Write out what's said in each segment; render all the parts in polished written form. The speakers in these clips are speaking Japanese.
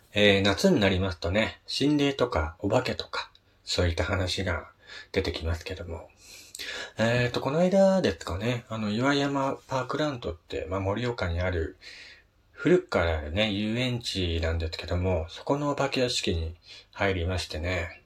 夏になりますとね、心霊とかお化けとか、そういった話が出てきますけども。この間ですかね、岩山パークランドって、盛岡にある、古くからあるね、遊園地なんですけども、そこのお化け屋敷に入りましてね、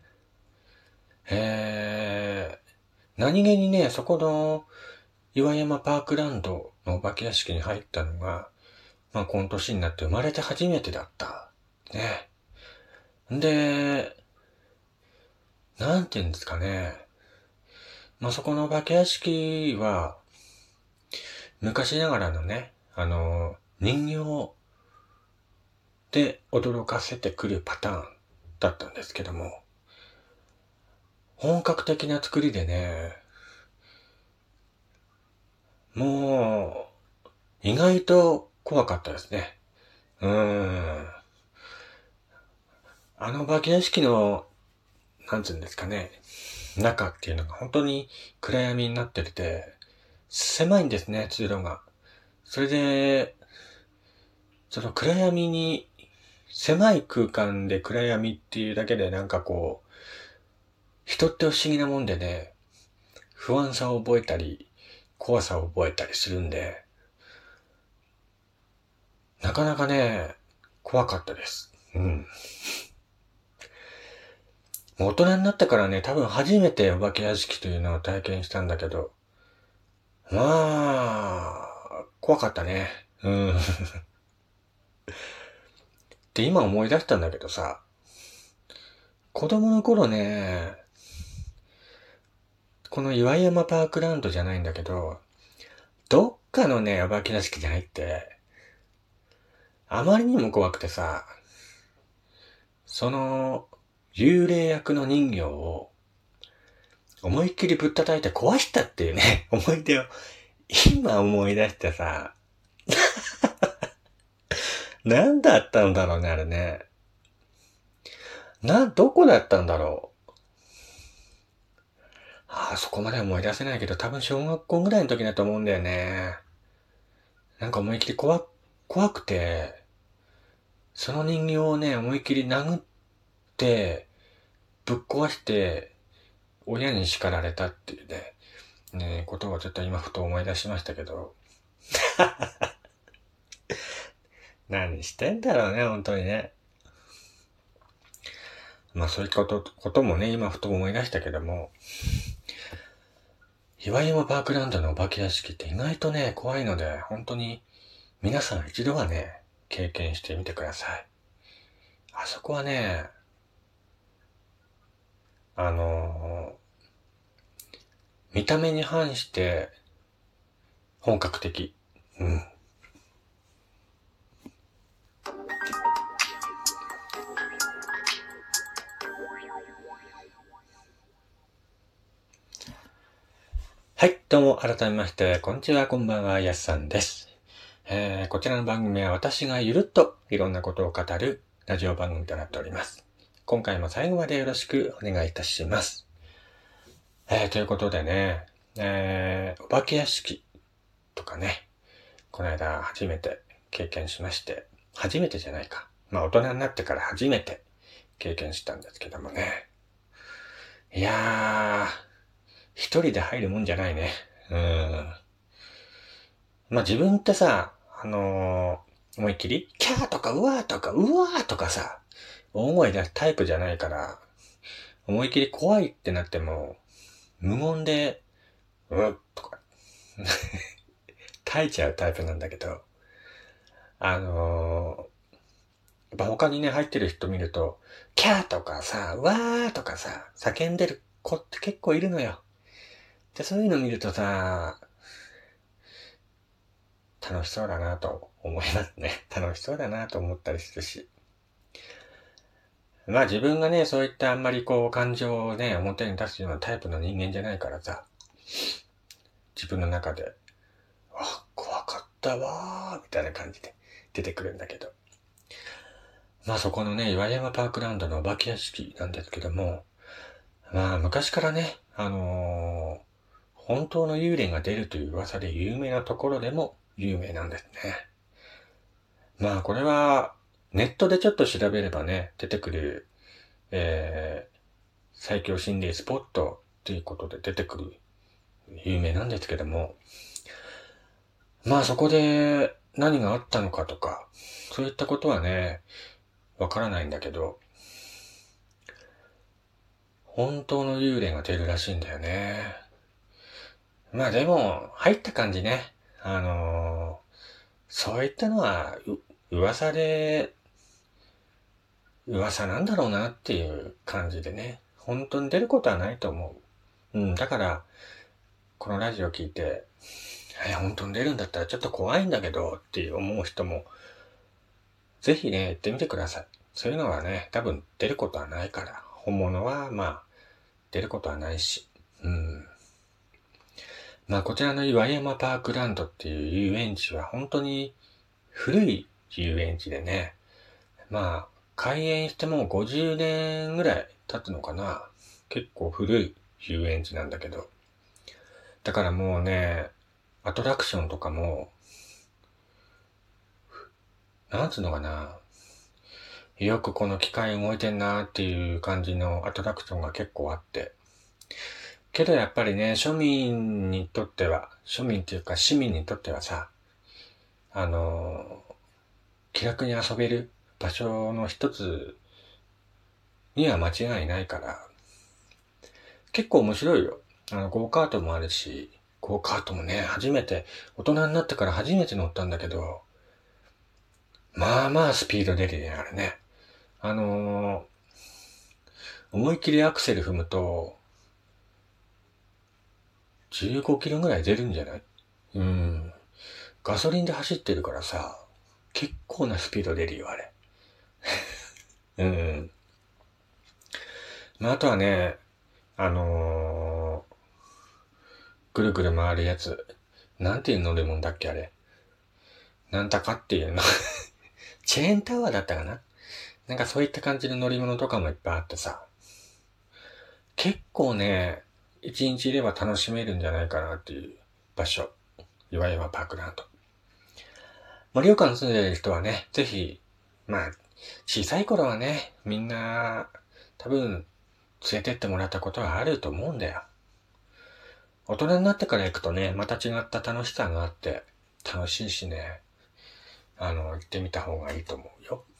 何気にね、そこの岩山パークランドのお化け屋敷に入ったのが、この年になって生まれて初めてだった。ね。で、なんて言うんですかね。そこのお化け屋敷は、昔ながらのね、人形で驚かせてくるパターンだったんですけども、本格的な作りでね、もう、意外と怖かったですね。あのお化け屋敷の、なんつうんですかね、中っていうのが本当に暗闇になってて、狭いんですね、通路が。それで、その暗闇に、狭い空間で暗闇っていうだけで人って不思議なもんでね、不安さを覚えたり、怖さを覚えたりするんで、なかなかね、怖かったです。大人になってからね、多分初めてお化け屋敷というのを体験したんだけど、怖かったね。で、今思い出したんだけどさ、子供の頃ね、この岩山パークランドじゃないんだけど、どっかのね、お化け屋敷に入って、あまりにも怖くてさ、その、幽霊役の人形を思いっきりぶったたいて壊したっていうね、思い出を今思い出してさ、何だったんだろうね、あれね。どこだったんだろう。そこまで思い出せないけど、多分小学校ぐらいの時だと思うんだよね。なんか思いっきり怖くて、その人形をね、思いっきり殴って、ぶっ壊して、親に叱られたっていうことをちょっと今ふと思い出しましたけど。何してんだろうね、本当にね。そういうこともね、今ふと思い出したけども、岩山パークランドのお化け屋敷って意外とね、怖いので、本当に皆さん一度はね、経験してみてください。あそこはね、あの見た目に反して本格的。はい、どうも改めまして、こんにちは、こんばんは、やすさんです。こちらの番組は私がゆるっといろんなことを語るラジオ番組となっております。今回も最後までよろしくお願いいたします。ということでね、お化け屋敷とかね、この間初めて経験しまして、初めてじゃないか。大人になってから初めて経験したんですけどもね。いやー、一人で入るもんじゃないね。自分ってさ、思いっきり、キャーとかうわーとかうわーとかさ、大声出すタイプじゃないから、思いっきり怖いってなっても、無言で、うっとか、耐えちゃうタイプなんだけど、やっぱ他にね、入ってる人見ると、キャーとかさ、わーとかさ、叫んでる子って結構いるのよ。で、そういうの見るとさ、楽しそうだなと思いますね。楽しそうだなと思ったりするし。自分がね、そういったあんまり感情をね、表に出すようなタイプの人間じゃないからさ、自分の中で、怖かったわー、みたいな感じで出てくるんだけど。そこのね、岩山パークランドのお化け屋敷なんですけども、昔からね、本当の幽霊が出るという噂で有名なところでも有名なんですね。これは、 ネットでちょっと調べればね、出てくる、最強心霊スポットっていうことで出てくる有名なんですけども、まあそこで何があったのかとか、そういったことはね、わからないんだけど、本当の幽霊が出るらしいんだよね。まあでも、入った感じね。そういったのは、噂で、噂なんだろうなっていう感じでね。本当に出ることはないと思う。だから、このラジオ聞いて、本当に出るんだったらちょっと怖いんだけどって思う人も、ぜひね、行ってみてください。そういうのはね、多分出ることはないから。本物は、まあ、出ることはないし。まあ、こちらの岩山パークランドっていう遊園地は本当に古い遊園地でね、まあ、開園してもう50年ぐらい経つのかな。結構古い遊園地なんだけど。だからもうね、アトラクションとかも、なんつうのかな。よくこの機械動いてんなっていう感じのアトラクションが結構あって。けどやっぱりね、庶民っていうか市民にとってはさ、気楽に遊べる場所の一つには間違いないから、結構面白いよ。ゴーカートもあるし、ゴーカートもね、大人になってから初めて乗ったんだけど、まあまあスピード出るね、あれね。思いっきりアクセル踏むと、15キロぐらい出るんじゃない？ガソリンで走ってるからさ、結構なスピード出るよ、あれ。まあ、あとはね、ぐるぐる回るやつ。なんていう乗り物だっけ、あれ。なんたかっていうの。チェーンタワーだったかな。なんかそういった感じの乗り物とかもいっぱいあってさ。結構ね、一日いれば楽しめるんじゃないかなっていう場所。岩山パークランド。盛岡に住んでる人はね、ぜひ、まあ、小さい頃はね、みんな、多分、連れてってもらったことはあると思うんだよ。大人になってから行くとね、また違った楽しさがあって、楽しいしね、行ってみた方がいいと思うよ。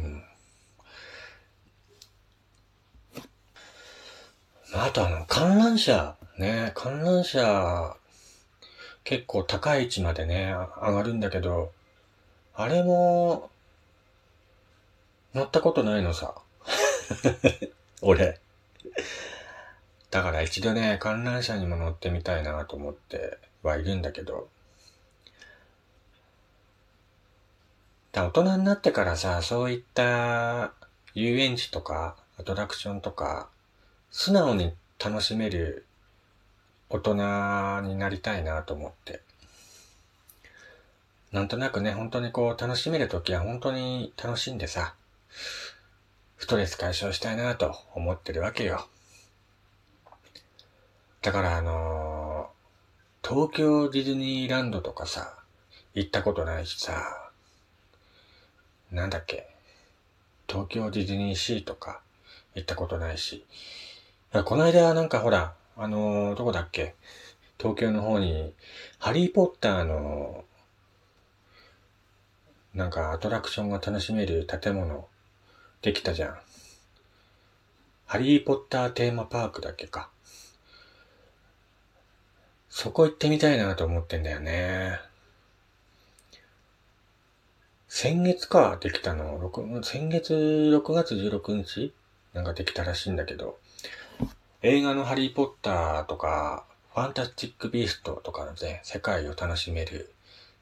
あと観覧車、結構高い位置までね、上がるんだけど、あれも、乗ったことないのさ。俺。だから一度ね、観覧車にも乗ってみたいなと思ってはいるんだけど、大人になってからさ、そういった遊園地とかアトラクションとか、素直に楽しめる大人になりたいなと思って。なんとなくね、本当にこう楽しめるときは本当に楽しんでさ、ストレス解消したいなと思ってるわけよ。だから東京ディズニーランドとかさ、行ったことないしさ、なんだっけ、東京ディズニーシーとか行ったことないし、この間なんかほら、どこだっけ、東京の方に、ハリーポッターの、なんかアトラクションが楽しめる建物できたじゃん。ハリーポッターテーマパークだっけか。そこ行ってみたいなと思ってんだよね。先月か、できたの。先月6月16日なんかできたらしいんだけど、映画のハリーポッターとか、ファンタスティックビーストとかのね、世界を楽しめる、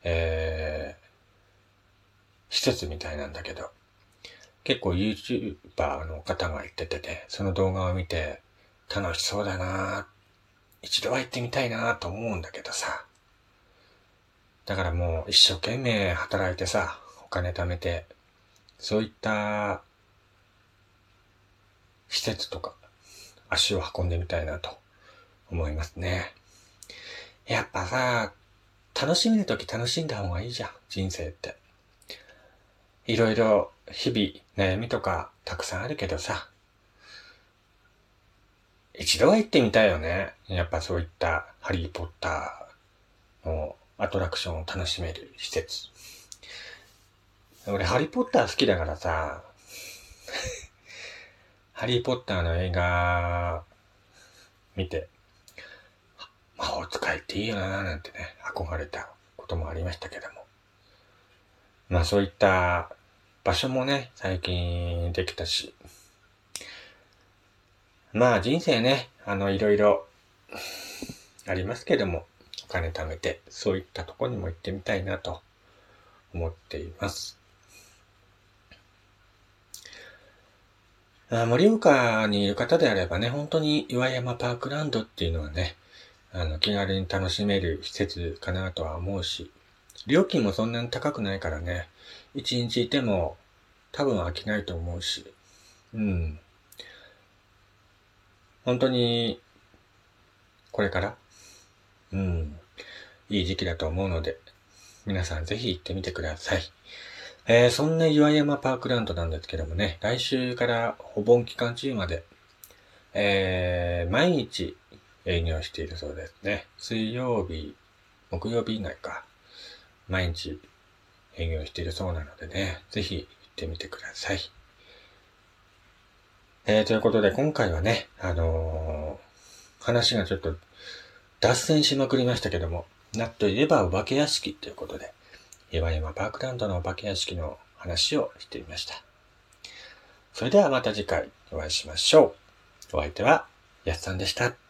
施設みたいなんだけど、結構 YouTuber の方が行っててね、その動画を見て、楽しそうだなぁ、一度は行ってみたいなぁと思うんだけどさ。だからもう一生懸命働いてさ、お金貯めて、そういった施設とか足を運んでみたいなと思いますね。やっぱさ、楽しめるとき楽しんだ方がいいじゃん、人生って。 いろいろ日々悩みとかたくさんあるけどさ、一度は行ってみたいよね。やっぱそういったハリーポッターのアトラクションを楽しめる施設。俺ハリーポッター好きだからさ、ハリーポッターの映画見て、魔法使いっていいよなーなんてね、憧れたこともありましたけども。まあそういった場所もね、最近できたし。まあ人生ね、いろいろありますけども、お金貯めて、そういったとこにも行ってみたいなと思っています。盛岡にいる方であればね、本当に岩山パークランドっていうのはね、気軽に楽しめる施設かなとは思うし、料金もそんなに高くないからね、一日いても多分飽きないと思うし、本当にこれから、いい時期だと思うので、皆さんぜひ行ってみてください。そんな岩山パークランドなんですけどもね、来週からお盆期間中まで、毎日営業しているそうですね。水曜日、木曜日以外か、毎日営業しているそうなのでね、ぜひ行ってみてください。ということで今回はね、話がちょっと脱線しまくりましたけども、なんといえばお化け屋敷ということで、岩山パークランドのお化け屋敷の話をしてみました。それではまた次回お会いしましょう。お相手はやすさんでした。